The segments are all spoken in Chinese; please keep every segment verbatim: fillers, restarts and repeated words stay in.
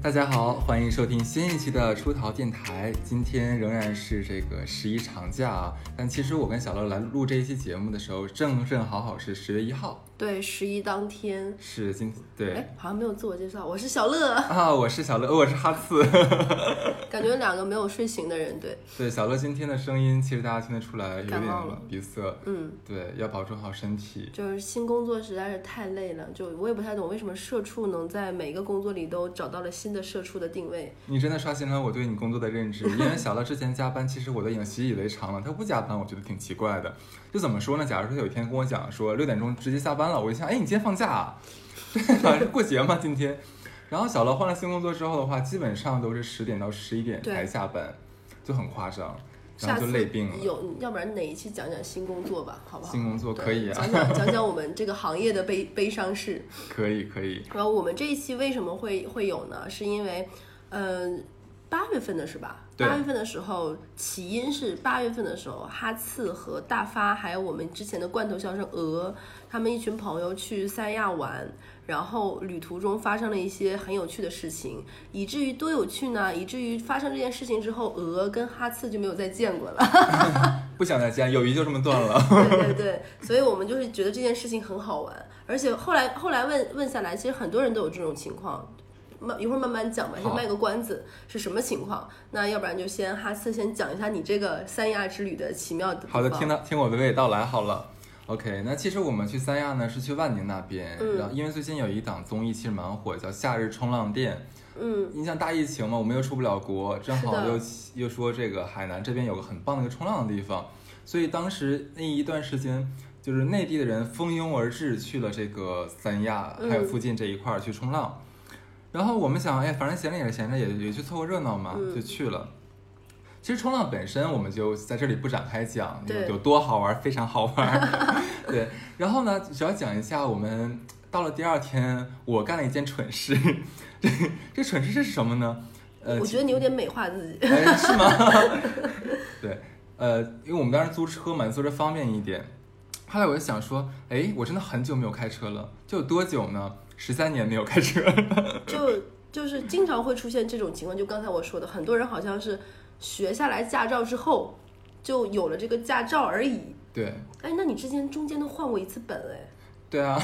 大家好，欢迎收听新一期的出逃电台。今天仍然是这个十一长假啊，但其实我跟小乐来录这一期节目的时候，正正好好是十月一号。 对，十一当天是今对， 哎，好像没有自我介绍，我是小乐啊，我是小乐，我是哈次。 感觉两个没有睡醒的人，对对，小乐今天的声音，其实大家听得出来有点鼻塞， 嗯， 对，要保重好身体。 就是新工作实在是太累了，就我也不太懂为什么社畜能在每一个工作里都找到了新的社畜的定位。 你真的刷新了我对你工作的认知，因为小乐之前加班，其实我都已经习以为常了，他不加班，我觉得挺奇怪的。就怎么说呢？假如说有一天跟我讲说六点钟直接下班了，我就想，哎，你今天放假啊？对啊，是过节吗？今天？然后小乐换了新工作之后的话，基本上都是十点到十一点才下班，就很夸张，然后就累病了。 有，要不然哪一期讲讲新工作吧，好不好？ 新工作可以啊， 讲讲讲讲我们这个行业的悲悲伤事。 可以可以。 然后我们这一期为什么会会有呢？是因为，嗯、呃。八月份的是吧？八月份的时候，起因是八月份的时候，哈次和大发还有我们之前的罐头笑声鹅，他们一群朋友去三亚玩，然后旅途中发生了一些很有趣的事情，以至于多有趣呢？以至于发生这件事情之后，鹅跟哈次就没有再见过了。 不想再见，友谊就这么断了。 对对对，所以我们就是觉得这件事情很好玩，而且后来后来问问下来，其实很多人都有这种情况。一会儿慢慢讲吧，先卖个关子，是什么情况？那要不然就先哈次先讲一下你这个三亚之旅的奇妙的地方。 好的，听到听我娓娓道来好了。OK， 那其实我们去三亚呢是去万宁那边，嗯、然后因为最近有一档综艺其实蛮火，叫《夏日冲浪店》。 嗯， 你像大疫情嘛，我们又出不了国，正好又又说这个海南这边有个很棒的一个冲浪的地方，所以当时那一段时间就是内地的人蜂拥而至去了这个三亚，还有附近这一块去冲浪。嗯，然后我们想，哎，反正闲着也是闲着，也也去凑个热闹嘛，就去了。其实冲浪本身，我们就在这里不展开讲，有有多好玩，非常好玩。对，然后呢，只要讲一下，我们到了第二天，我干了一件蠢事。这这蠢事是什么呢？ 呃，我觉得你有点美化自己。 哎，是吗？对，呃，因为我们当时租车嘛，租车方便一点。后来我就想说，哎，我真的很久没有开车了，就有多久呢？十三年没有开车。 就就是经常会出现这种情况，就刚才我说的，很多人好像是学下来驾照之后就有了这个驾照而已。 对。 哎，那你之前中间都换过一次本哎。 对啊。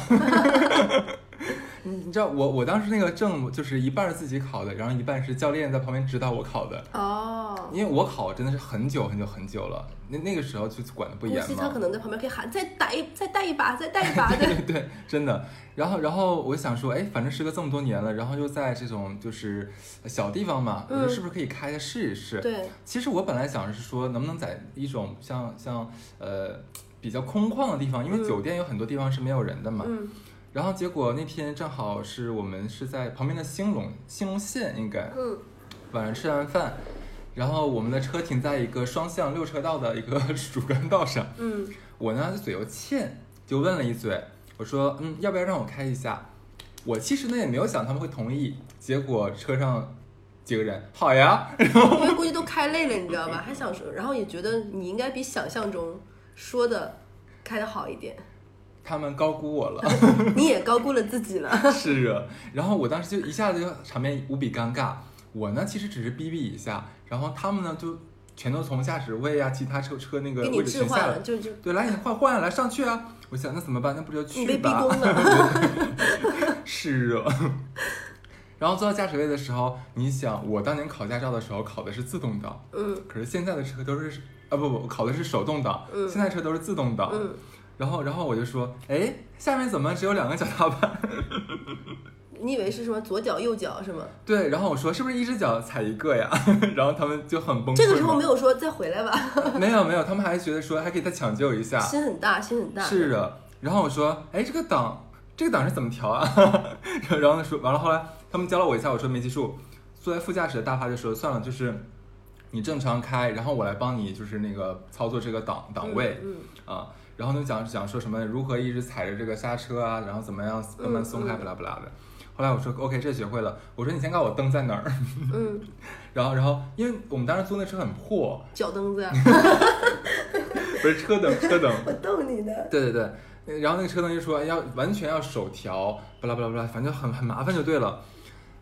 你知道我我当时那个证就是一半是自己考的，然后一半是教练在旁边指导我考的。 哦。 因为我考真的是很久很久很久了，那那个时候就管的不严嘛。 他可能在旁边可以喊再带一再带一把再带一把。 对对对，真的。然后然后我想说，哎，反正时隔这么多年了，然后又在这种就是小地方嘛， 嗯、 我说是不是可以开的试一试？ 对。 其实我本来想是说，能不能在一种像像呃比较空旷的地方，因为酒店有很多地方是没有人的嘛。 嗯。 然后结果那天正好是我们是在旁边的兴隆兴隆县，应该， 嗯， 晚上吃完饭，然后我们的车停在一个双向六车道的一个主干道上， 嗯， 我呢就嘴又欠，就问了一嘴，我说，嗯，要不要让我开一下？我其实呢也没有想他们会同意，结果车上几个人，好呀，然后因为估计都开累了，你知道吧？还想说，然后也觉得你应该比想象中说的开得好一点。 他们高估我了。 你也高估了自己了。 是啊，然后我当时就一下子就场面无比尴尬。我呢其实只是逼逼一下，然后他们呢就全都从驾驶位啊其他车车那个位置停下了， 就就对，来你换换来上去啊！我想那怎么办？那不就去吧？ 你被逼宫了。 是啊。然后坐到驾驶位的时候，你想我当年考驾照的时候考的是自动挡， 嗯， 可是现在的车都是啊不不，考的是手动挡， 嗯， 现在车都是自动挡， 嗯。 然后，然后我就说，哎，下面怎么只有两个脚踏板？ 你以为是什么左脚右脚是吗？ 对，然后我说是不是一只脚踩一个呀？然后他们就很崩溃。 这个时候没有说再回来吧？ 没有没有，他们还觉得说还可以再抢救一下。 心很大，心很大。 是的。然后我说，哎，这个档，这个档是怎么调啊？然后说完了，后来他们教了我一下，我说没记住。坐在副驾驶的大发就说，算了，就是你正常开，然后我来帮你，就是那个操作这个档档位， 嗯嗯啊。然后就讲讲说什么如何一直踩着这个刹车啊，然后怎么样慢慢松开，不啦不啦的。后来我说 OK， 这学会了。我说你先告诉我灯在哪儿。 嗯。 然后然后因为我们当时租那车很破。 脚蹬子呀。 不是车灯车灯。 我逗你的。 对对对。然后那个车灯就说要完全要手调，巴拉巴拉巴拉，反正很很麻烦就对了。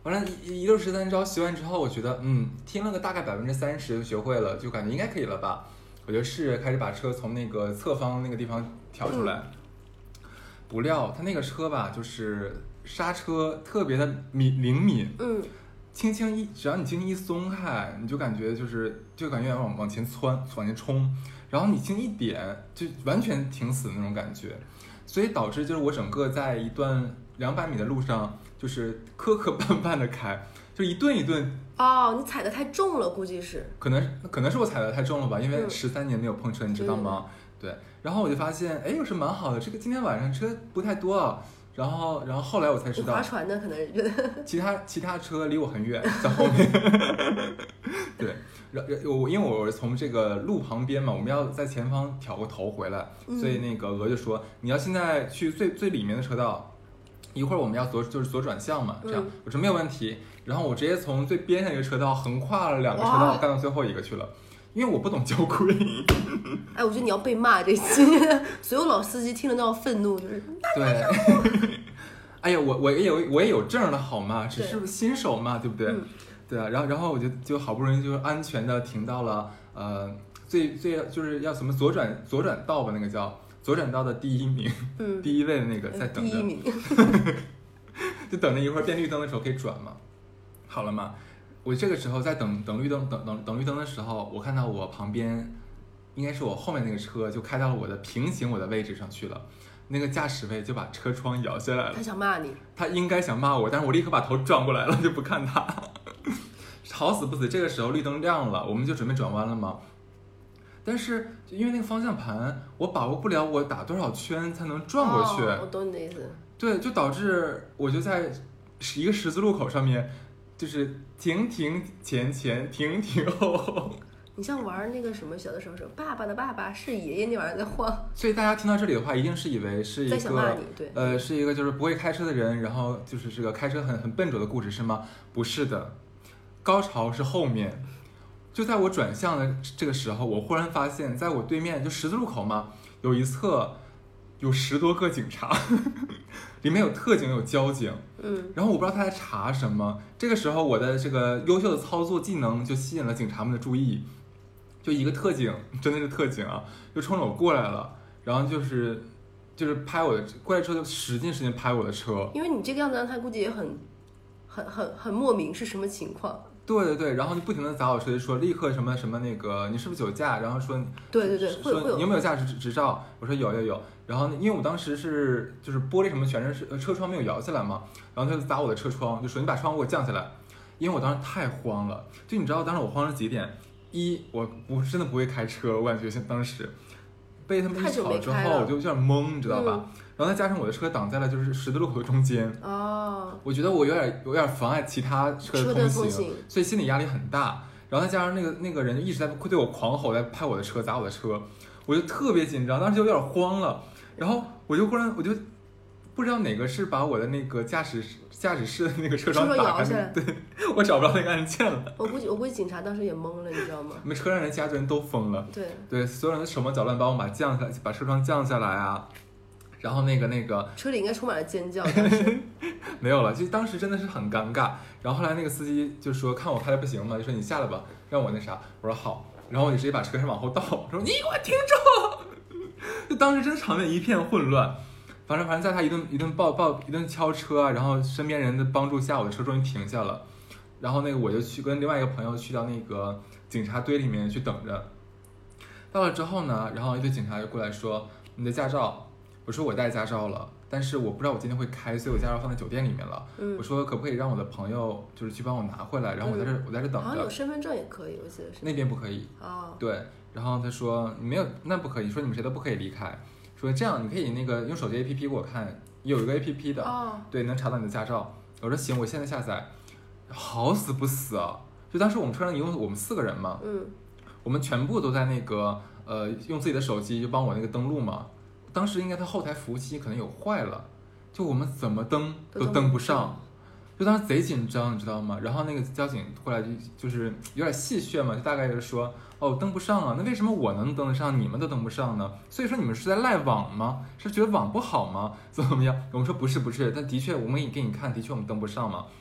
完了，一一路十三招学完之后，我觉得嗯，听了个大概百分之三十就学会了，就感觉应该可以了吧。我就试着开始把车从那个侧方那个地方调出来，嗯、不料他那个车吧，就是刹车特别的敏灵敏， 嗯， 轻轻一只要你轻轻一松开，你就感觉就是就感觉往往前窜往前冲，然后你轻一点就完全停死那种感觉，所以导致就是我整个在一段两百米的路上就是磕磕绊绊的开，就一顿一顿。 哦，你踩得太重了，估计是。 可能可能是我踩得太重了吧，因为十三年没有碰车，嗯、你知道吗？对, 对。然后我就发现，哎，又是蛮好的，这个今天晚上车不太多啊。然后，然后后来我才知道， 划船的可能是觉得其他其他车离我很远，在后面。对，然我因为我是从这个路旁边嘛，我们要在前方挑个头回来， 嗯、 所以那个鹅就说，你要现在去最最里面的车道。一会儿我们要左就是左转向嘛，这样、嗯、我说没有问题，然后我直接从最边上一个车道横跨了两个车道干到最后一个去了，因为我不懂交规。 哎，我觉得你要被骂这期，所有老司机听了都要愤怒，就是对。哎呀，我我也有我也有证的好吗？只是新手嘛， 对, 对不对？嗯、对啊，然后然后我就就好不容易就安全的停到了呃最最就是要什么左转左转道吧，那个叫。左转道的第一名， 嗯， 第一位的那个在等着， 第一名就等着一会儿变绿灯的时候可以转嘛。好了嘛，我这个时候在等等绿灯等等等绿灯的时候，我看到我旁边应该是我后面那个车就开到了我的平行我的位置上去了，那个驾驶位就把车窗摇下来了。 他想骂你， 他应该想骂我，但是我立刻把头转过来了，就不看他。好死不死，这个时候绿灯亮了，我们就准备转弯了嘛。但是因为那个方向盘，我把握不了我打多少圈才能转过去。 哦，我懂你的意思。 对，就导致我就在一个十字路口上面，就是停停前前，停停后后。 你像玩那个什么，小的时候说爸爸的爸爸是爷爷那玩意儿在晃。 所以大家听到这里的话，一定是以为是一个在想骂你，对， 呃，是一个就是不会开车的人，然后就是这个开车很很笨拙的故事是吗？不是的，高潮是后面。就在我转向的这个时候，我忽然发现，在我对面就十字路口嘛，有一侧有十多个警察，里面有特警有交警， 嗯， 然后我不知道他在查什么。这个时候，我的这个优秀的操作技能就吸引了警察们的注意，就一个特警，真的是特警啊，就冲着我过来了，然后就是就是拍我的，过来之后就使劲使劲拍我的车， 因为你这个样子让他估计也很很很很莫名是什么情况。 对对对，然后就不停的砸我车，说立刻什么什么那个你是不是酒驾？然后说对对对， 说你有没有驾驶执照？我说有有有。然后因为我当时是就是玻璃什么全是车窗没有摇下来嘛，然后他就砸我的车窗，就说你把窗户给我降下来。因为我当时太慌了，就你知道当时我慌了几点？一，我不真的不会开车，我感觉当时被他们一吵之后我就有点懵，你知道吧？嗯，然后再加上我的车挡在了就是十字路口的中间， 哦， 我觉得我有点有点妨碍其他车的通行， 通行所以心理压力很大。然后再加上那个那个人就一直在对我狂吼，在拍我的车，砸我的车，我就特别紧张，当时就有点慌了。然后我就忽然我就不知道哪个是把我的那个驾驶驾驶室的那个车窗打开，对，我找不着那个按键了。 我估计我估计警察当时也懵了，你知道吗？ 我们车上人其他人都疯了， 对对，所有人手忙脚乱，帮我把降下来，把车窗降下来啊。然后那个那个车里应该充满了尖叫， 没有了，就当时真的是很尴尬。然后后来那个司机就说看我开的不行嘛，就说你下来吧，让我那啥。我说好，然后我就直接把车开往后倒，我说你给我停住！就当时真的场面一片混乱。反正反正在他一顿一顿抱抱一顿敲车啊，然后身边人的帮助下，我的车终于停下了。然后那个我就去跟另外一个朋友去到那个警察堆里面去等着。到了之后呢，然后一堆警察就过来说你的驾照。我说我带驾照了，但是我不知道我今天会开，所以我驾照放在酒店里面了。 嗯， 我说可不可以让我的朋友就是去帮我拿回来，然后我在这、嗯、我在这等着。 好像有身份证也可以，我记得是。 那边不可以。 哦。 对，然后他说你没有，那不可以，说你们谁都不可以离开。说这样你可以那个用手机 A P P 给我看，有一个 A P P 的， 哦， 对，能查到你的驾照。我说行，我现在下载。好死不死啊！就当时我们车上一共我们四个人嘛， 嗯， 我们全部都在那个呃用自己的手机就帮我那个登录嘛。当时应该他后台服务器可能有坏了，就我们怎么登都登不上，就当时贼紧张，你知道吗？然后那个交警过来就就是有点戏谑嘛，就大概就是说，哦，登不上啊，那为什么我能登得上，你们都登不上呢？所以说你们是在赖网吗？是觉得网不好吗？怎么怎么样？我们说不是不是，但的确我们也给你看，的确我们登不上嘛。反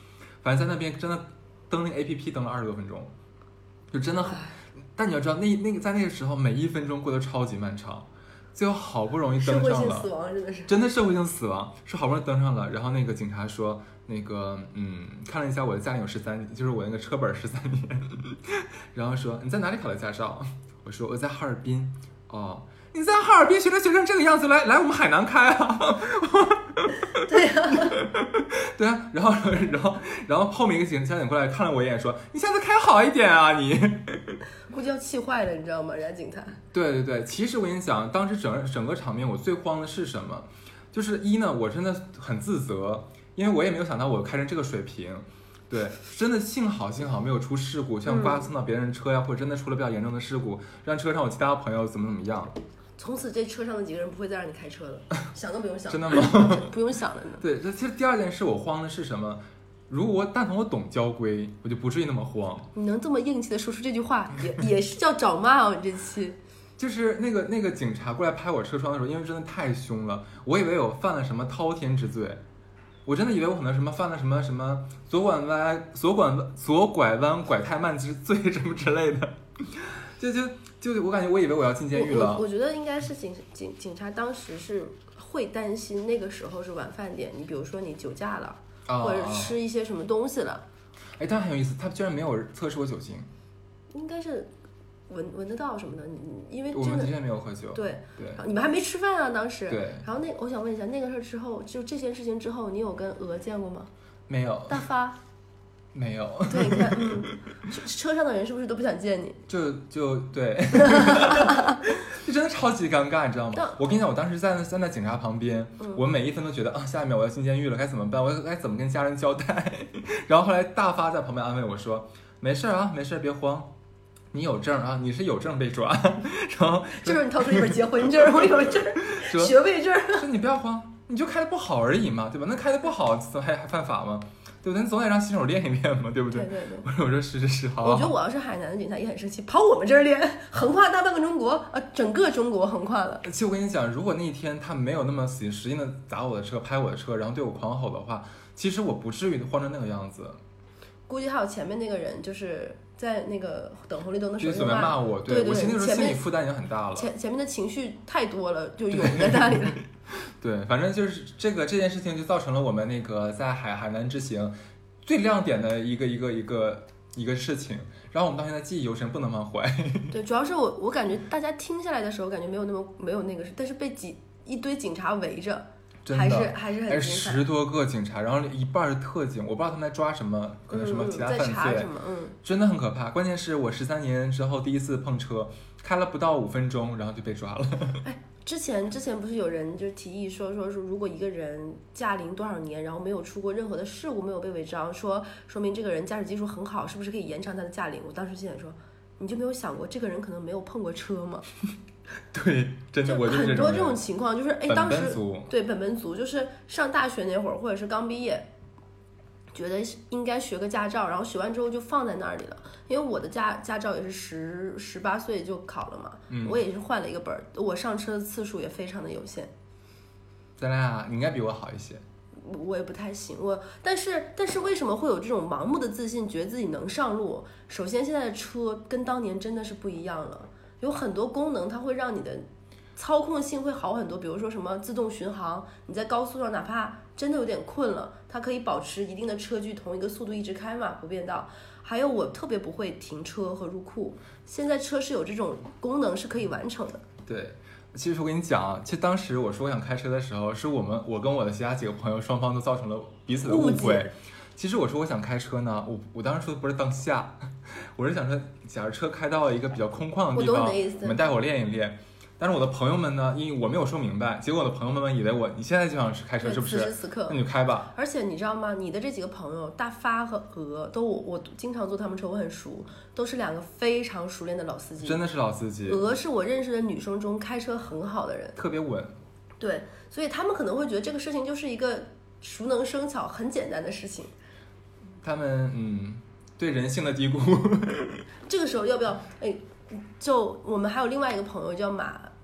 反正在那边真的登那个 A P P 登了二十多分钟，就真的很。但你要知道，那那个在那个时候，每一分钟过得超级漫长，最后好不容易登上了，社会性死亡真的是真的社会性死亡，是好不容易登上了。然后那个警察说，那个嗯，看了一下我的驾龄有十三年，就是我那个车本十三年，然后说你在哪里考的驾照？我说我在哈尔滨。哦，你在哈尔滨学着学成这个样子，来来我们海南开啊！ 对啊， 对啊，然后然后然后后面一个警交警过来看了我一眼，说你下次开好一点啊你。 估计要气坏了，你知道吗？人家警察。 对对对，其实我跟你讲，当时整整个场面我最慌的是什么？就是一呢，我真的很自责，因为我也没有想到我开成这个水平。对，真的幸好幸好没有出事故，像刮蹭到别人车呀、嗯，或者真的出了比较严重的事故，让车上我其他朋友怎么怎么样。 从此这车上的几个人不会再让你开车了，想都不用想。 真的吗？ 不用想了呢。 对，这其实第二件事我慌的是什么？如果我但凡我懂交规，我就不至于那么慌。 你能这么硬气的说出这句话，也也是叫找骂哦！你这期就是那个那个警察过来拍我车窗的时候，因为真的太凶了，我以为我犯了什么滔天之罪，我真的以为我可能什么犯了什么什么左拐弯左拐左拐弯拐太慢之罪什么之类的，就就就我感觉我以为我要进监狱了。 我, 我, 我觉得应该是警警警察当时是会担心那个时候是晚饭点，你比如说你酒驾了。 哦、 或者吃一些什么东西了， 哎，但很有意思，他居然没有测试过酒精， 应该是闻闻得到什么的，你因为我们的确没有喝酒， 对对， 你们还没吃饭啊当时， 对， 然后那我想问一下，那个事之后，就这件事情之后，你有跟鹅见过吗？ 没有。 大发没有。 对，你看，嗯，车上的人是不是都不想见你？ 就就对，就真的超级尴尬，你知道吗？我跟你讲，我当时在在那警察旁边，嗯、我每一分都觉得啊，下一秒我要进监狱了，该怎么办？我该怎么跟家人交代？然后后来大发在旁边安慰我说：“没事啊，没事，别慌，你有证啊，你是有证被抓。”然后这时候你掏出一本结婚证，我有证，学位证， 说你不要慌，你就开的不好而已嘛，对吧？那开的不好还还犯法吗？对不对？总得让新手练一练嘛，对不对？ 对对对。 我说我说是是是，好好。 我觉得我要是海南的警察也很生气，跑我们这儿练，横跨大半个中国，呃，整个中国横跨了。 其实我跟你讲，如果那一天他没有那么死心使劲的砸我的车、拍我的车，然后对我狂吼的话，其实我不至于慌成那个样子。 估计还有前面那个人，就是在那个等红绿灯的时候就准备骂我， 对对对， 我那个时候心理负担已经很大了， 前前面的情绪太多了，就涌在那里了。 对，反正就是这个这件事情就造成了我们那个在海海南之行最亮点的一个一个一个一个事情，然后我们到现在记忆犹深，不能忘怀。 对，主要是我我感觉大家听下来的时候，感觉没有那么没有那个，但是被几一堆警察围着，还是还是很精彩。 十多个警察，然后一半是特警，我不知道他们在抓什么，可能什么其他犯罪， 嗯、在查什么，嗯， 真的很可怕。关键是我十三年之后第一次碰车，开了不到五分钟，然后就被抓了。 哎。之前之前不是有人就提议说说说，如果一个人驾龄多少年，然后没有出过任何的事故，没有被违章，说说明这个人驾驶技术很好，是不是可以延长他的驾龄？我当时心想说，你就没有想过这个人可能没有碰过车吗？ 对，真的，我很多这种情况，就是哎，当时对本本族就是上大学那会儿，或者是刚毕业，觉得应该学个驾照，然后学完之后就放在那里了。因为我的驾驾照也是十十八岁就考了嘛， 嗯， 我也是换了一个本儿，我上车的次数也非常的有限。 咱俩你应该比我好一些。 我也不太行，我但是但是为什么会有这种盲目的自信，觉得自己能上路？首先，现在的车跟当年真的是不一样了，有很多功能它会让你的操控性会好很多，比如说什么自动巡航，你在高速上哪怕真的有点困了，它可以保持一定的车距，同一个速度一直开嘛，不变道。还有我特别不会停车和入库，现在车是有这种功能是可以完成的。 对，其实我跟你讲啊，其实当时我说我想开车的时候，是我们我跟我的其他几个朋友双方都造成了彼此的误会。其实我说我想开车呢，我我当时说的不是当下，我是想说，假如车开到了一个比较空旷的地方，你们带我练一练。但是我的朋友们呢，因为我没有说明白，结果我的朋友们以为我你现在就想开车是不是？ 此时此刻， 那你就开吧。 而且你知道吗？你的这几个朋友，大发和鹅，都我我经常坐他们车，我很熟，都是两个非常熟练的老司机。 真的是老司机。 鹅是我认识的女生中开车很好的人， 特别稳。 对，所以他们可能会觉得这个事情就是一个熟能生巧、很简单的事情。 他们嗯，对人性的低估。 这个时候要不要？哎。就我们还有另外一个朋友叫马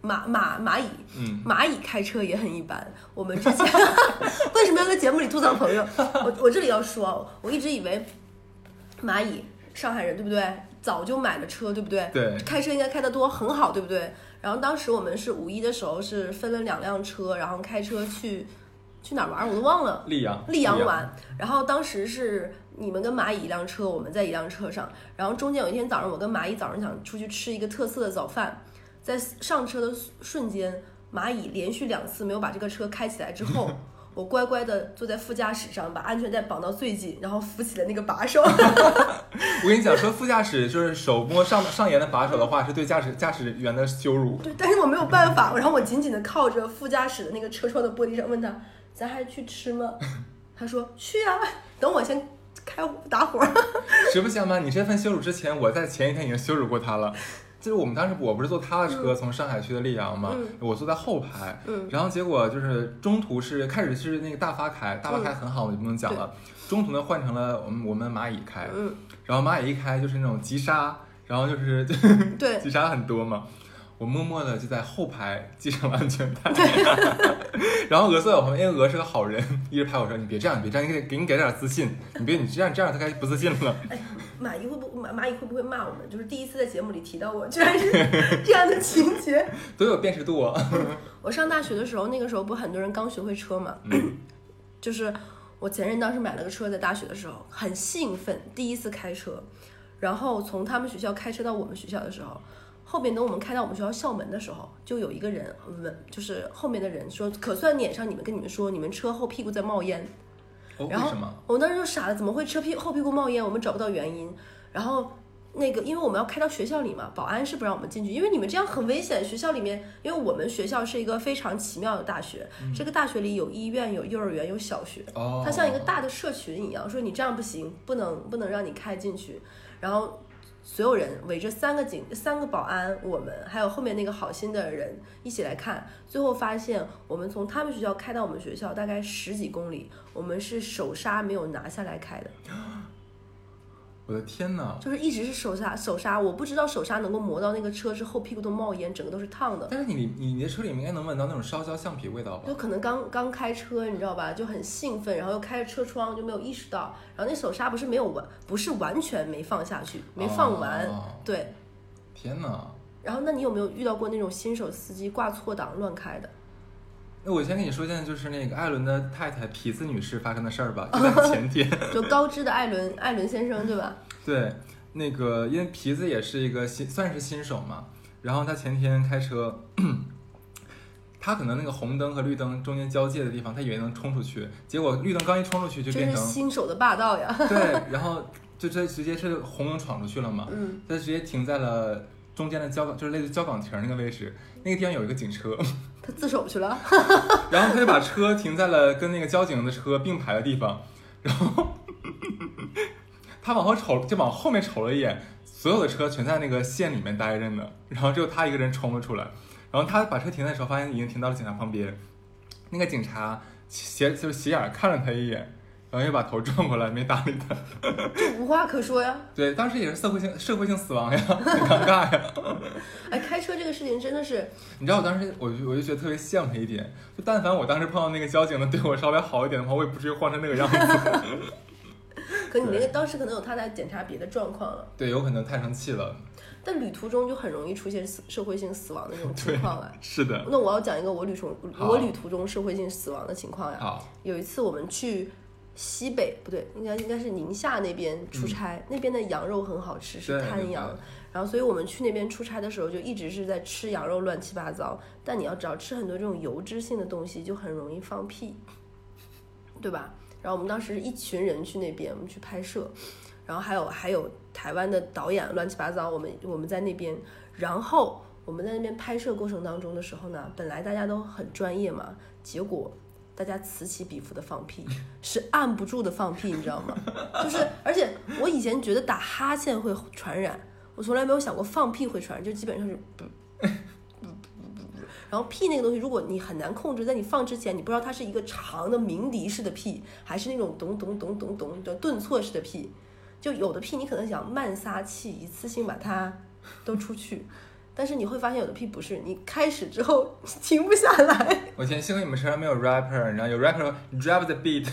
马马蚂蚁， 嗯， 蚂蚁开车也很一般。我们之前为什么要在节目里吐槽朋友？我我这里要说，我一直以为蚂蚁上海人对不对？早就买了车对不对？ 对， 开车应该开得多很好对不对？然后当时我们是五一的时候是分了两辆车，然后开车去去哪儿玩我都忘了， 溧阳溧阳玩。然后当时是你们跟蚂蚁一辆车，我们在一辆车上。然后中间有一天早上，我跟蚂蚁早上想出去吃一个特色的早饭，在上车的瞬间，蚂蚁连续两次没有把这个车开起来之后，我乖乖的坐在副驾驶上，把安全带绑到最紧，然后扶起了那个把手。 我跟你讲，说副驾驶就是手摸上上沿的把手的话，是对驾驶驾驶员的羞辱。 对，但是我没有办法，然后我紧紧的靠着副驾驶的那个车窗的玻璃上，问他：“咱还去吃吗？”他说：“去啊，等我先开打火。” 实不相瞒，你这份羞辱之前，我在前一天已经羞辱过他了。就是我们当时我不是坐他的车、嗯、从上海去的溧阳嘛、嗯，我坐在后排、 嗯， 然后结果就是中途是开始是那个大发开，大发开很好，我就不能讲了。中途呢换成了我们我们蚂蚁开， 嗯， 然后蚂蚁一开就是那种急刹，然后就是对急刹很多嘛。我默默的就在后排系上了安全带，然后鹅坐在我旁边，因为鹅是个好人，一直拍我说：“你别这样，你别这样，你给给你给点自信，你别你这样这样，他开始不自信了。” 哎，蚂蚁会不蚂蚂蚁会不会骂我们？就是第一次在节目里提到我，居然是这样的情节， 都有辨识度啊。 我上大学的时候，那个时候不很多人刚学会车嘛，嗯、就是我前任当时买了个车，在大学的时候很兴奋，第一次开车，然后从他们学校开车到我们学校的时候。后面等我们开到我们学校校门的时候，就有一个人问，就是后面的人说，可算撵上你们，跟你们说，你们车后屁股在冒烟。 哦， 然后为什么？ 我们当时就傻了，怎么会车屁后屁股冒烟？我们找不到原因。然后那个，因为我们要开到学校里嘛，保安是不让我们进去，因为你们这样很危险。学校里面，因为我们学校是一个非常奇妙的大学，嗯、这个大学里有医院、有幼儿园、有小学， 哦、 它像一个大的社群一样，说你这样不行，不能不能让你开进去。然后。所有人围着三个警、三个保安，我们还有后面那个好心的人一起来看，最后发现我们从他们学校开到我们学校大概十几公里，我们是手刹没有拿下来开的。 我的天哪！ 就是一直是手刹，手刹，我不知道手刹能够磨到那个车之后屁股都冒烟，整个都是烫的。 但是你你你的车里面应该能闻到那种烧焦橡皮味道吧？ 就可能刚刚开车，你知道吧，就很兴奋，然后又开着车窗，就没有意识到。然后那手刹不是没有完，不是完全没放下去，没放完。哦、对。 天哪！ 然后那你有没有遇到过那种新手司机挂错档乱开的？ 那我先跟你说一件，就是那个艾伦的太太皮子女士发生的事儿吧，就在前天。 就高知的艾伦，艾伦先生，对吧？ 对，那个因为皮子也是一个新，算是新手嘛。然后他前天开车，他可能那个红灯和绿灯中间交界的地方，他以为能冲出去，结果绿灯刚一冲出去就变成这是新手的霸道呀。 对，然后就这直接是红灯闯出去了嘛。 嗯。 他直接停在了中间的交港，就是类似交港亭那个位置，那个地方有一个警车。 他自首去了， 然后他就把车停在了跟那个交警的车并排的地方，然后他往后瞅，就往后面瞅了一眼，所有的车全在那个线里面待着呢，然后只有他一个人冲了出来，然后他把车停的时候，发现已经停到了警察旁边，那个警察斜就是斜眼看了他一眼。然后又把头转过来，没搭理他， 这无话可说呀。 对，当时也是社会性社会性死亡呀，很尴尬呀。 哎，开车这个事情真的是， 你知道我当时我就我就觉得特别羡慕一点，就但凡我当时碰到那个交警的对我稍微好一点的话，我也不至于慌成那个样子。 可你那个当时可能有他在检查别的状况了。 对，有可能太生气了。 但旅途中就很容易出现社会性死亡的这种情况来。 是的。 那我要讲一个我旅途我旅途中社会性死亡的情况呀。 好。 有一次我们去。西北不对，应该应该是宁夏那边出差，嗯、那边的羊肉很好吃，是滩羊。然后，所以我们去那边出差的时候，就一直是在吃羊肉，乱七八糟。但你要知道，吃很多这种油脂性的东西，就很容易放屁，对吧？然后我们当时一群人去那边，我们去拍摄，然后还有还有台湾的导演乱七八糟，我们我们在那边，然后我们在那边拍摄过程当中的时候呢，本来大家都很专业嘛，结果。大家此起彼伏的放屁，是按不住的放屁，你知道吗？就是，而且我以前觉得打哈欠会传染，我从来没有想过放屁会传染，就基本上是不不不不。然后屁那个东西，如果你很难控制，在你放之前，你不知道它是一个长的鸣笛式的屁，还是那种咚咚咚咚咚的顿挫式的屁。就有的屁，你可能想慢撒气，一次性把它都出去。 但是你会发现有的屁不是，你开始之后停不下来。 我天，幸亏你们车上没有 rapper， 然后有 rapper drive the beat，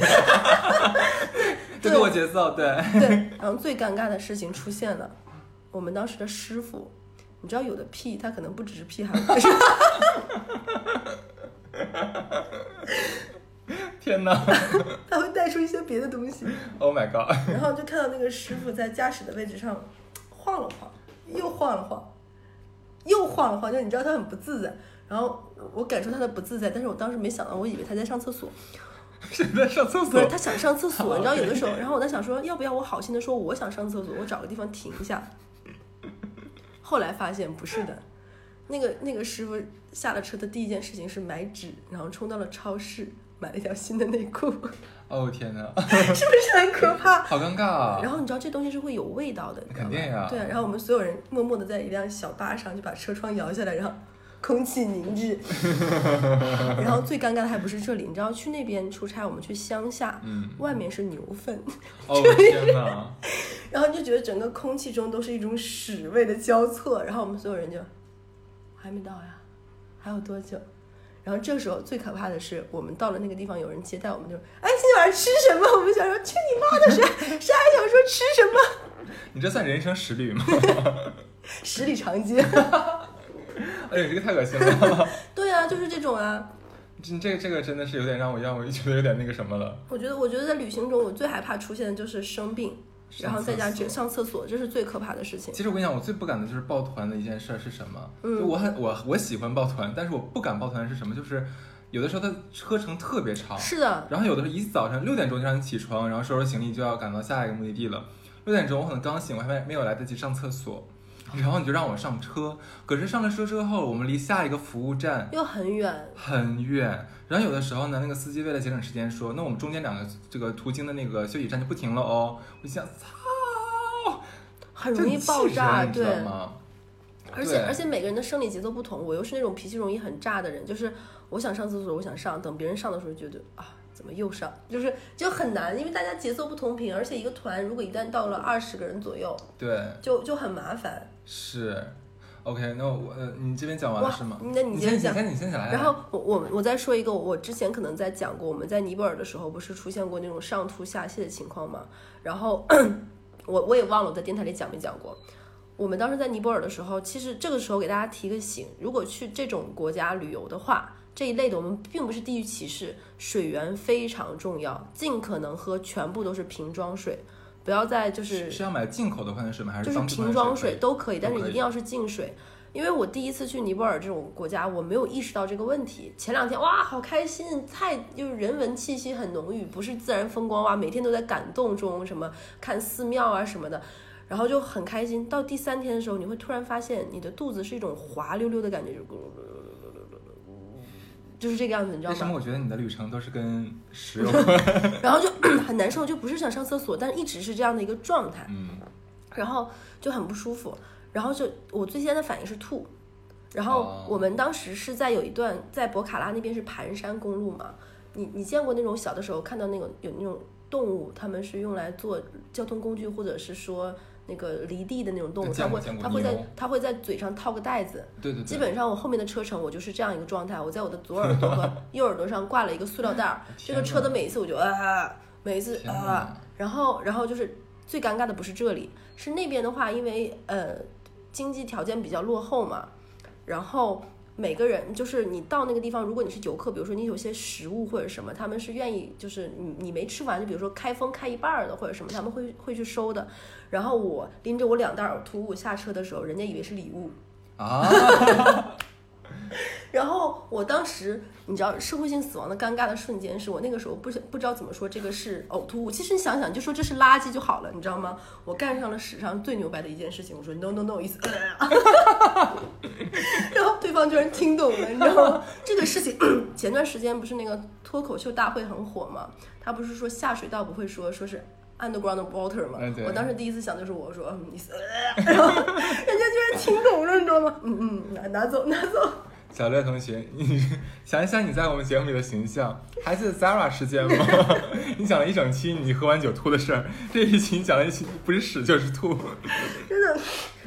就给我节奏，对对。然后最尴尬的事情出现了，我们当时的师傅，你知道有的屁它可能不只是屁，还有天哪， 他会带出一些别的东西。 Oh my god！ 然后就看到那个师傅在驾驶的位置上晃了晃，又晃了晃，又晃了晃，就你知道他很不自在。然后我感受他的不自在，但是我当时没想到，我以为他在上厕所。 是在上厕所？ 不是，他想上厕所，你知道有的时候，然后我在想说，要不要我好心的说我想上厕所，我找个地方停一下。后来发现不是的，那个那个师傅下了车的第一件事情是买纸，然后冲到了超市买了一条新的内裤。 哦天哪， 是不是很可怕？ 好尴尬啊！ 然后你知道这东西是会有味道的， 肯定呀。 对，然后我们所有人默默的在一辆小巴上就把车窗摇下来，然后空气凝滞。然后最尴尬的还不是这里，你知道去那边出差，我们去乡下，嗯，外面是牛粪。 哦天哪！ 然后你就觉得整个空气中都是一种屎味的交错，然后我们所有人就还没到呀，还有多久？然后这个时候最可怕的是，我们到了那个地方，有人接待我们，就哎，今天晚上吃什么？我们想说去你妈的，谁谁还想说吃什么？ 你这算人生十旅吗？ 十里长街。 哎呦，这个太恶心了。 对啊，就是这种啊。 这这个这个真的是有点让我让我觉得有点那个什么了。 我觉得我觉得在旅行中，我最害怕出现的就是生病。然后在家只上厕所，这是最可怕的事情。 其实我跟你讲，我最不敢的就是抱团的一件事是什么？嗯，就我很我我喜欢抱团，但是我不敢抱团的是什么？就是有的时候它车程特别长， 是的。 然后有的时候一早上六点钟就让你起床，然后收拾行李就要赶到下一个目的地了。六点钟我可能刚醒，我还没没有来得及上厕所，然后你就让我上车。可是上了车之后，我们离下一个服务站又很远很远。然后有的时候呢，那个司机为了节省时间说，那我们中间两个这个途经的那个休息站就不停了哦。我想操， 很容易爆炸， 你知道吗？ 而且而且每个人的生理节奏不同，我又是那种脾气容易很炸的人，就是我想上厕所，我想上，等别人上的时候觉得啊，怎么又上，就是就很难，因为大家节奏不同频，而且一个团如果一旦到了二十个人左右， 对， 就就很麻烦。 是。OK， 那我呃，你这边讲完了是吗？ 那你先讲，你先你先讲。 然后我我我再说一个，我之前可能在讲过，我们在尼泊尔的时候不是出现过那种上吐下泻的情况吗？然后我我也忘了我在电台里讲没讲过。我们当时在尼泊尔的时候，其实这个时候给大家提个醒，如果去这种国家旅游的话，这一类的我们并不是地域歧视，水源非常重要，尽可能喝全部都是瓶装水。不要再就是是要买进口的矿泉水吗？还是就是瓶装水都可以，但是一定要是净水。因为我第一次去尼泊尔这种国家，我没有意识到这个问题。前两天哇，好开心，太就是人文气息很浓郁，不是自然风光哇，每天都在感动中，什么看寺庙啊什么的，然后就很开心。到第三天的时候，你会突然发现你的肚子是一种滑溜溜的感觉，就就是这个样子，你知道吗？ 为什么我觉得你的旅程都是跟食有关？ 然后就很难受，就不是想上厕所，但是一直是这样的一个状态， 嗯， 然后就很不舒服。然后就我最先的反应是吐，然后我们当时是在有一段在博卡拉那边是盘山公路嘛，你你见过那种小的时候看到那个有那种动物，他们是用来做交通工具，或者是说那个离地的那种动物，它会它会在它会在嘴上套个袋子， 对对对， 基本上我后面的车程我就是这样一个状态，我在我的左耳朵和右耳朵上挂了一个塑料袋这个车的每一次我就啊，每一次啊，然后然后就是最尴尬的不是这里，是那边的话，因为呃。经济条件比较落后嘛，然后每个人就是你到那个地方，如果你是游客，比如说你有些食物或者什么，他们是愿意就是你你没吃完，就比如说开封开一半的或者什么，他们会会去收的。然后我拎着我两袋呕吐物下车的时候，人家以为是礼物啊。 然后我当时你知道社会性死亡的尴尬的瞬间是我那个时候不不知道怎么说这个是呕吐物，其实你想想就说这是垃圾就好了，你知道吗？我干上了史上最牛掰的一件事情，我说 no no no 意思，然后对方居然听懂了，你知道吗？这个事情前段时间不是那个脱口秀大会很火吗？他不是说下水道不会说说是underground water 嘛，我当时第一次想就是我说嗯意思，然后人家居然听懂了，你知道吗？嗯嗯，拿拿走拿走。 小乐同学，你想一想你在我们节目里的形象，还记得 Zara 事件吗？你讲了一整期你喝完酒吐的事儿，这一期你讲了一期不是屎就是吐， 真的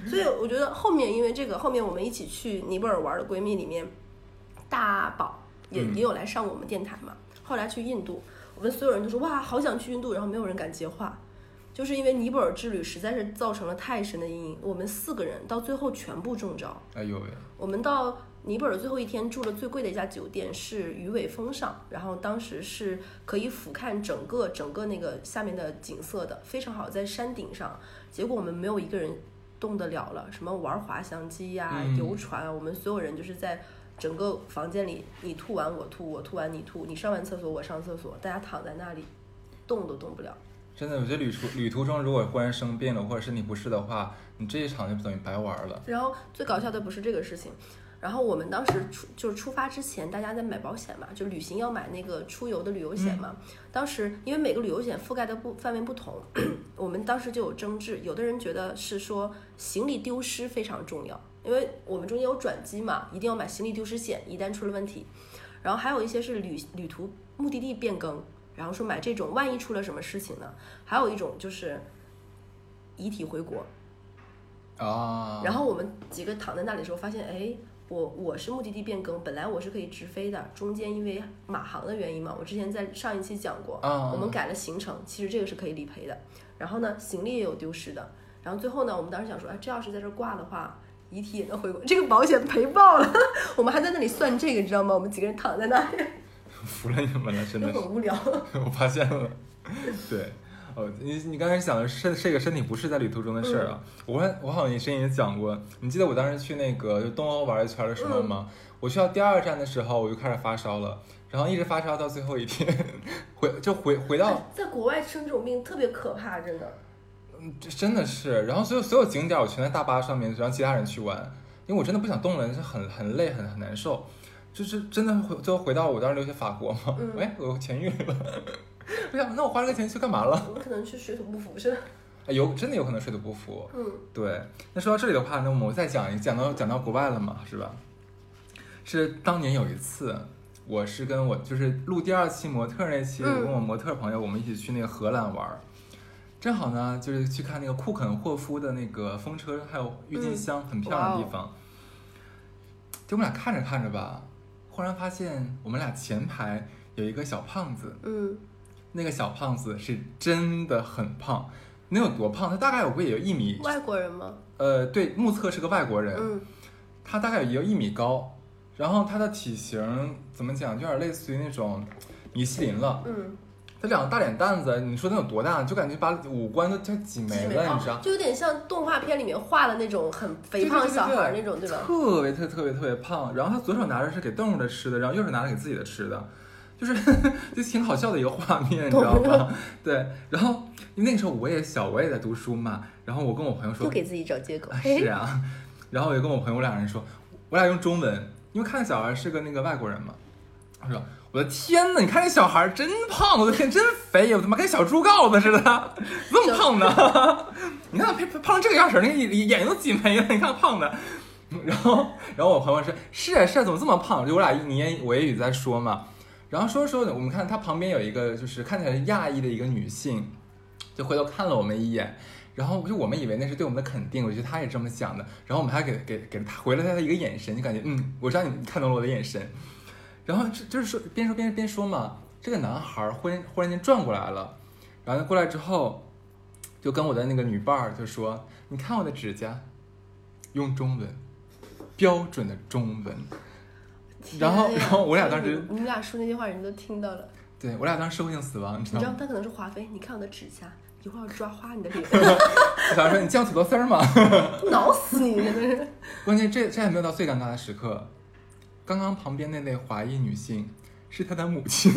所以我觉得后面因为这个，后面我们一起去尼泊尔玩的闺蜜里面，大宝也、嗯、也有来上我们电台嘛。后来去印度，我们所有人都说哇，好想去印度，然后没有人敢接话，就是因为尼泊尔之旅实在是造成了太深的阴影。我们四个人到最后全部中招。 哎呦喂！ 我们到尼泊尔最后一天住了最贵的一家酒店，是鱼尾峰上，然后当时是可以俯瞰整个整个那个下面的景色的，非常好，在山顶上。结果我们没有一个人动得了了，什么玩滑翔机呀、啊、游船啊，我们所有人就是在整个房间里，你吐完我吐，我吐完你吐，你上完厕所我上厕所，大家躺在那里动都动不了。 真的，我觉得旅途旅途中如果忽然生病了或者身体不适的话，你这一场就等于白玩了。 然后最搞笑的不是这个事情，然后我们当时出就是出发之前，大家在买保险嘛，就旅行要买那个出游的旅游险嘛。嗯、当时因为每个旅游险覆盖的不范围不同，我们当时就有争执，有的人觉得是说行李丢失非常重要，因为我们中间有转机嘛，一定要买行李丢失险，一旦出了问题。然后还有一些是旅旅途目的地变更。然后说买这种万一出了什么事情呢？还有一种就是遗体回国啊。 然后我们几个躺在那里的时候发现，哎，我我是目的地变更，本来我是可以直飞的，中间因为马航的原因嘛，我之前在上一期讲过， 啊、 我们改了行程，其实这个是可以理赔的。然后呢，行李也有丢失的。然后最后呢，我们当时想说，哎，这要是在这挂的话，遗体也能回国，这个保险赔爆了。我们还在那里算这个，你知道吗？我们几个人躺在那里。 服了你们了，真的很无聊。 我发现了，对，哦，你你刚才讲的是这个身体不适在旅途中的事儿啊，嗯、我我好像以前也讲过，你记得我当时去那个就东欧玩一圈的时候吗？嗯、我去到第二站的时候，我就开始发烧了，然后一直发烧到最后一天，回就回回到在国外生这种病特别可怕，真的。 嗯，这真的是，然后所有所有景点我全在大巴上面，让其他人去玩，因为我真的不想动了，是很很累，很很难受。就是真的回最后回到我当时留学法国嘛，嗯、哎，我痊愈了。我想，那我花这个钱去干嘛了？ 我们可能去水土不服是吧？ 有真的有可能水土不服。 嗯， 对。那说到这里的话，那我们再讲一讲到讲到国外了嘛，是吧？是当年有一次，我是跟我就是录第二期模特那期，我、嗯、跟我模特朋友我们一起去那个荷兰玩，正好呢就是去看那个库肯霍夫的那个风车，还有郁金香，嗯、很漂亮的地方。就我们俩看着看着吧。忽然发现我们俩前排有一个小胖子， 嗯， 那个小胖子是真的很胖，能有多胖？他大概有个也有一米。 外国人吗？ 呃，对，目测是个外国人， 嗯， 他大概也有一米高，然后他的体型怎么讲，就有点类似于那种米其林了， 嗯。 他两个大脸蛋子，你说能有多大？就感觉把五官都就挤没了，你知道？ 就有点像动画片里面画的那种很肥胖小孩那种， 对, 对, 对, 对, 对吧？ 特别特别特别特别胖。然后他左手拿着是给动物的吃的，然后右手拿着给自己的吃的，就是就挺好笑的一个画面，你知道吧？对。然后因为那个时候我也小，我也在读书嘛。然后我跟我朋友说， 又给自己找借口。 是啊。然后我就跟我朋友，我俩人说，我俩用中文，因为看小孩是个那个外国人嘛，我说。我的天哪！你看这小孩真胖，我的天，真肥，我他妈跟小猪羔子似的，这么胖的。你看他胖成这个样式，那眼睛都挤没了。你看胖的，然后，然后我朋友说：“是啊，是啊，怎么这么胖？”就我俩你言我言语在说嘛。然后说着说着，我们看他旁边有一个就是看起来亚裔的一个女性，就回头看了我们一眼，然后就我们以为那是对我们的肯定，我觉得他也这么想的。然后我们还给给给他回了他的一个眼神，就感觉嗯，我知道你看懂了我的眼神。然后就是说边说边边说嘛，这个男孩忽然忽然间转过来了，然后过来之后，就跟我的那个女伴就说：“你看我的指甲，用中文，标准的中文。”然后然后我俩当时， 你们俩说那些话人都听到了。 对，我俩当时社会性死亡，你知道吗？ 你知道他可能是华妃，你看我的指甲，一会儿要抓花你的脸。 我想说你酱土豆丝儿吗？ 挠死你真的是。 关键这这还没有到最尴尬的时刻。刚刚旁边那位华裔女性是她的母亲，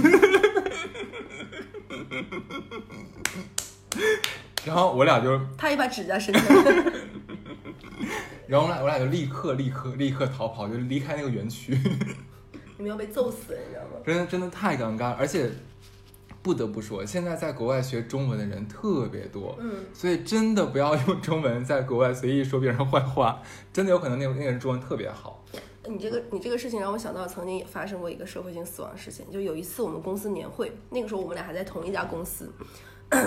然后我俩就她也把指甲伸出来， 然后我俩我俩就立刻立刻立刻逃跑，就离开那个园区。 你们要被揍死，你知道吗？ 真的真的太尴尬，而且不得不说，现在在国外学中文的人特别多， 嗯， 所以真的不要用中文在国外随意说别人坏话，真的有可能那个那个人中文特别好。 你这个你这个事情让我想到曾经也发生过一个社会性死亡事件，就有一次我们公司年会，那个时候我们俩还在同一家公司，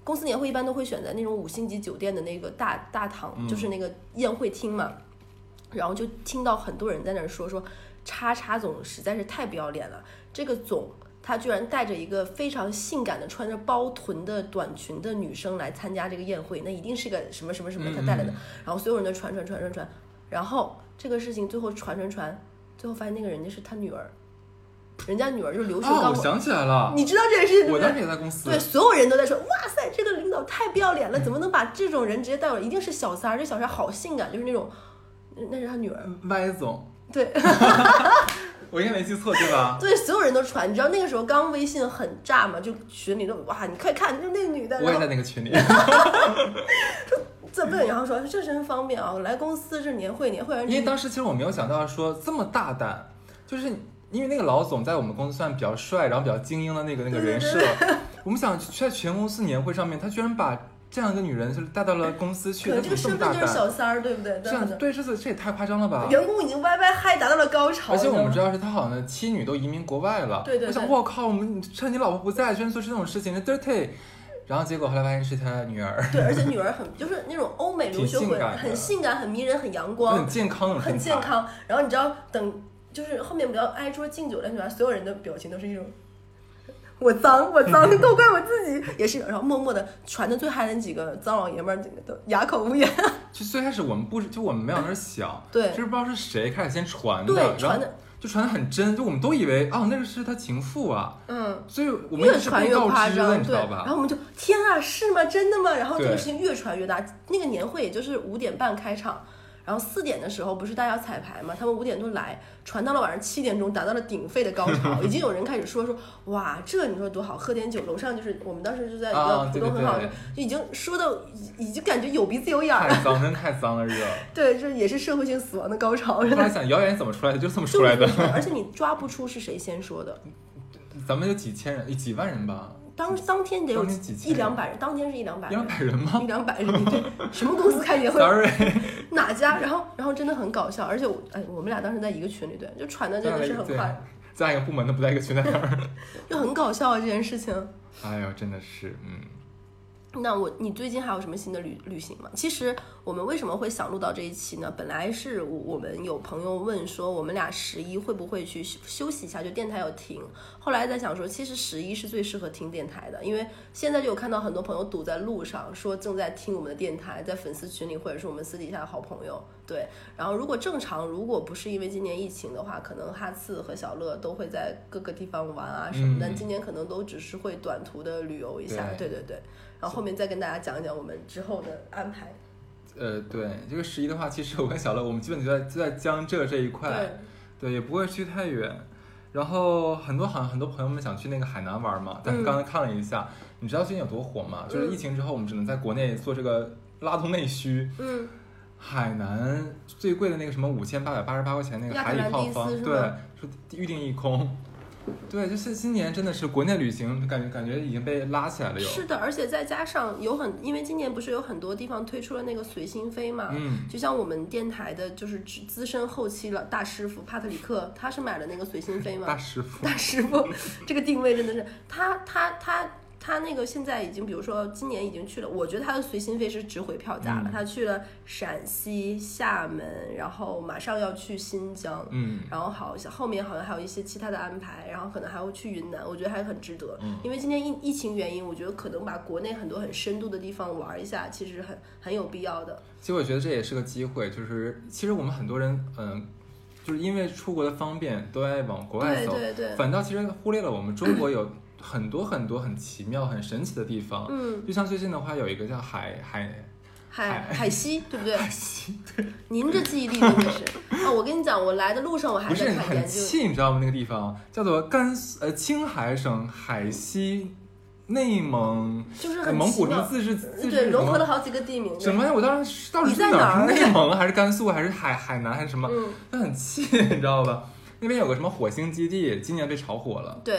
公司年会一般都会选在那种五星级酒店的那个大大堂， 嗯、 就是那个宴会厅嘛，然后就听到很多人在那儿说说叉叉总实在是太不要脸了，这个总他居然带着一个非常性感的穿着包臀的短裙的女生来参加这个宴会，那一定是个什么什么什么他带来的， 嗯、 然后所有人都传传传传传，然后这个事情最后传传传，最后发现那个人家是他女儿。人家女儿就留学高、 哦，我想起来了， 你知道这件事情？ 我当时也在公司。 对，所有人都在说，哇塞，这个领导太不要脸了，怎么能把这种人直接带过来？一定是小三儿，这小三儿好性感，就是那种，那是他女儿。 歪总。 对。 我应该没记错对吧？ 对，所有人都传，你知道那个时候刚微信很炸嘛，就群里都哇，你快看，就那个女的。 我也在那个群里。 说这不，然后说这真方便啊，来公司这年会年会。 因为当时其实我没有想到说这么大胆，就是。因为那个老总在我们公司算比较帅，然后比较精英的那个那个人设，我们想在全公司年会上面，他居然把这样一个女人就是带到了公司去， 可能这个身份就是小三儿，对不对？ 这样对，这次这也太夸张了吧！ 员工已经歪歪嗨达到了高潮， 而且我们知道是他好像妻女都移民国外了， 对对对。 我想我靠，我们趁你老婆不在，居然做这种事情，这 dirty。然后结果后来发现是他女儿， 对，而且女儿很就是那种欧美留学回来，很性感、很迷人、很阳光、 很健康、 很健康。然后你知道等。就是后面不要挨桌敬酒的时候，所有人的表情都是一种我脏我脏，都怪我自己，也是。然后默默的传的最嗨的几个脏老爷们儿，整个都哑口无言。 就最开始我们不就我们没往那儿想， 对， 就是不知道是谁开始先传的， 对，传的就传的很真，就我们都以为哦那个是他情妇啊， 嗯， 所以我们越传越夸张， 你知道吧？ 然后我们就天啊，是吗？真的吗？然后这个事情越传越大，那个年会也就是五点半开场。然后四点的时候不是大家要彩排嘛，他们五点钟来，传到了晚上七点钟，达到了顶沸的高潮，已经有人开始说说哇，这你说多好，喝点酒，楼上就是我们当时就在一个浦东很好的， 啊、 就已经说到已经感觉有鼻子有眼了， 太脏，真太脏了，热。 对，这也是社会性死亡的高潮。 后来想谣言怎么出来的，就这么出来的， 而且你抓不出是谁先说的。 咱们有几千人，几万人吧。 当当天得有一两百人，当天是一两百人， 一两百人吗？ 一两百人，你这什么公司开年会 ？Sorry， 哪家？然后然后真的很搞笑，而且我哎，我们俩当时在一个群里，对，就传的真的是很快。 在一个部门都不在一个群在那儿， 就很搞笑啊这件事情。 哎呦，真的是，嗯。 那我，你最近还有什么新的旅旅行吗？其实我们为什么会想录到这一期呢？本来是我们有朋友问说，我们俩十一会不会去休息一下，就电台有停。后来在想说，其实十一是最适合听电台的，因为现在就有看到很多朋友堵在路上，说正在听我们的电台，在粉丝群里或者是我们私底下的好朋友。对，然后如果正常，如果不是因为今年疫情的话，可能哈次和小乐都会在各个地方玩啊什么， 嗯、 但今年可能都只是会短途的旅游一下。对对对。然后后面再跟大家讲一讲我们之后的安排。 呃，对，这个十一的话，其实我跟小乐，我们基本就在就在江浙这一块，对，对，也不会去太远。然后很多好像很多朋友们想去那个海南玩嘛，但是刚才看了一下，嗯、你知道最近有多火吗？就是疫情之后，我们只能在国内做这个拉动内需。 嗯。 海南最贵的那个什么五千八百八十八块钱那个海底泡方，对，说预定一空。对，就是今年真的是国内旅行，感觉感觉已经被拉起来了。有是的，而且再加上有很，因为今年不是有很多地方推出了那个随心飞嘛， 嗯， 就像我们电台的就是资深后期了大师傅帕特里克，他是买了那个随心飞嘛， 大师傅， 大师傅，这个定位真的是他他他。他那个现在已经，比如说今年已经去了，我觉得他的随心飞是值回票价了。嗯、他去了陕西、厦门，然后马上要去新疆， 嗯， 然后好像后面好像还有一些其他的安排，然后可能还会去云南，我觉得还很值得。 嗯、 因为今年疫疫情原因，我觉得可能把国内很多很深度的地方玩一下，其实很很有必要的。 其实我觉得这也是个机会，就是其实我们很多人，嗯。就是因为出国的方便，都爱往国外走， 对对对， 反倒其实忽略了我们中国有很多很多很奇妙、很神奇的地方。 嗯， 就像最近的话，有一个叫海海海海西，对不对？ 海西，对。 您这记忆力真的是啊！我跟你讲，我来的路上我还在看研究， 很气，你知道吗？那个地方叫做甘呃青海省海西。内蒙就是很蒙古什么自治自治对融合了好几个地名。 什么？我当时到底是哪儿？内蒙还是甘肃还是海海南还是什么？ 嗯， 就很气，你知道吧？那边有个什么火星基地，今年被炒火了。 对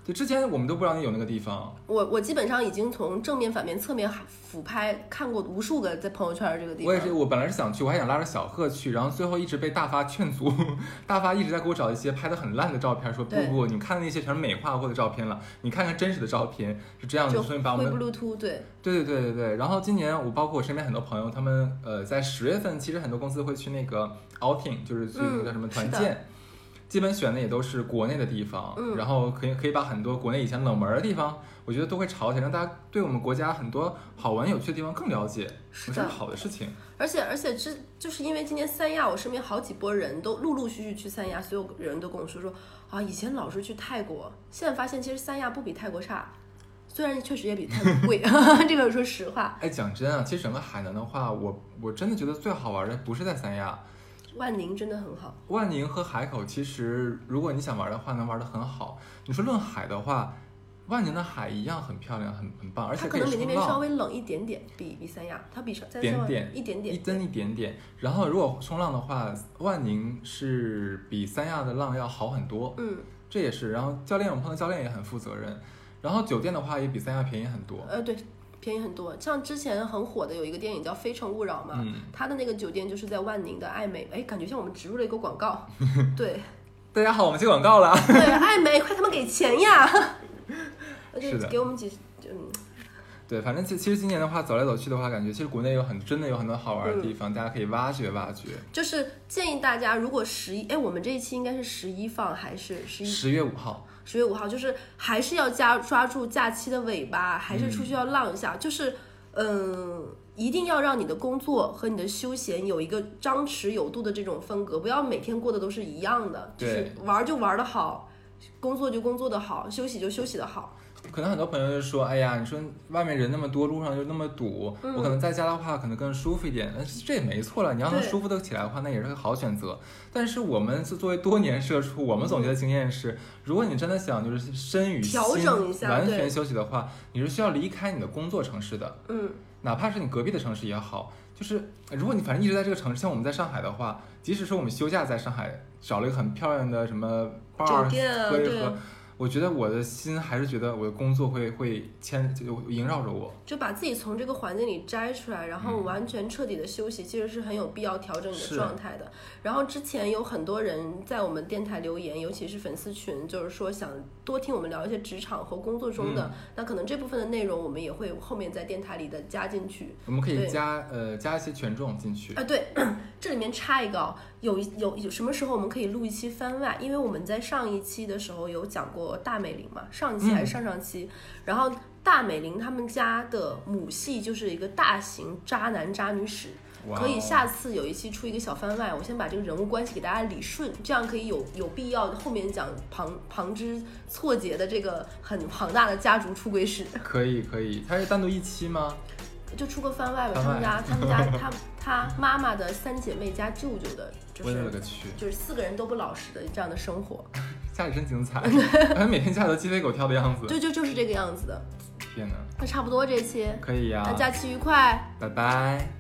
对，之前我们都不知道你有那个地方。 我我基本上已经从正面、反面、侧面俯拍看过无数个在朋友圈这个地方。 我也是，我本来是想去，我还想拉着小贺去，然后最后一直被大发劝阻，大发一直在给我找一些拍的很烂的照片，说不不，你看那些全是美化过的照片了，你看看真实的照片是这样子，所以把我们灰 Bluetooth 对对对对对对。然后今年我包括我身边很多朋友，他们呃在十月份，其实很多公司会去那个 outing， 就是去那个叫什么团建。嗯，基本选的也都是国内的地方， 嗯， 然后可以可以把很多国内以前冷门的地方，我觉得都会炒起来，让大家对我们国家很多好玩有趣的地方更了解，是是好的事情。 而且而且这就是因为今年三亚，我身边好几波人都陆陆续续去三亚，所有人都跟我说说啊，以前老是去泰国，现在发现其实三亚不比泰国差，虽然确实也比泰国贵，这个说实话。 哎，讲真啊，其实整个海南的话，我我真的觉得最好玩的不是在三亚。 万宁真的很好， 万宁和海口其实如果你想玩的话能玩得很好。你说论海的话，万宁的海一样很漂亮，很很棒，而且可以冲浪。它可能比那边稍微冷一点点，比比三亚，它比三亚点一点点， 一增一点点。然后如果冲浪的话，万宁是比三亚的浪要好很多， 嗯， 这也是。然后教练我们碰到教练也很负责任，然后酒店的话也比三亚便宜很多。 呃，对。便宜很多，像之前很火的有一个电影叫《非诚勿扰》嘛， 嗯， 它的那个酒店就是在万宁的爱美，哎，感觉像我们植入了一个广告，对， 大家好，我们接广告了， 对，爱美，快他们给钱呀， 是的， 给我们几，嗯， 对，反正其其实今年的话，走来走去的话，感觉其实国内有很真的有很多好玩的地方， 嗯， 大家可以挖掘挖掘。 就是建议大家，如果十一，哎，我们这一期应该是十一放还是十一？ 十月五号。 十月五号，就是还是要加抓住假期的尾巴，还是出去要浪一下，嗯、就是，嗯，一定要让你的工作和你的休闲有一个张弛有度的这种风格，不要每天过的都是一样的，就是玩就玩的好，工作就工作的好，休息就休息的好。 可能很多朋友就说，哎呀，你说外面人那么多，路上就那么堵，嗯、我可能在家的话可能更舒服一点，这也没错了。你要能舒服得起来的话，那也是个好选择。但是我们是作为多年社畜，我们总结的经验是，如果你真的想就是身与心完全休息的话，你是需要离开你的工作城市的， 嗯， 哪怕是你隔壁的城市也好。就是如果你反正一直在这个城市，像我们在上海的话，即使是我们休假在上海找了一个很漂亮的什么 bar 喝一喝。我觉得我的心还是觉得我的工作会会牵就萦绕着我， 就把自己从这个环境里摘出来，然后完全彻底的休息，嗯、其实是很有必要调整你的状态的。然后之前有很多人在我们电台留言，尤其是粉丝群，就是说想多听我们聊一些职场和工作中的，嗯、那可能这部分的内容我们也会后面在电台里的加进去。 我们可以加呃加一些权重进去啊，对，这里面插一个、哦，有有有什么时候我们可以录一期番外？因为我们在上一期的时候有讲过大美玲嘛，上一期还是上上期，嗯、然后大美玲他们家的母系就是一个大型渣男渣女史，可以下次有一期出一个小番外，我先把这个人物关系给大家理顺，这样可以有有必要后面讲旁旁枝错节的这个很庞大的家族出轨史。 可以可以，它是单独一期吗？ 就出个番外吧，他们家他们家他他妈妈的三姐妹加舅舅的，就是我勒个去， 就是四个人都不老实的这样的生活， 家里真精彩，好像每天家里都鸡飞狗跳的样子。 对，就就是这个样子的。 天哪， 那差不多这期可以呀， 那假期愉快， 拜拜。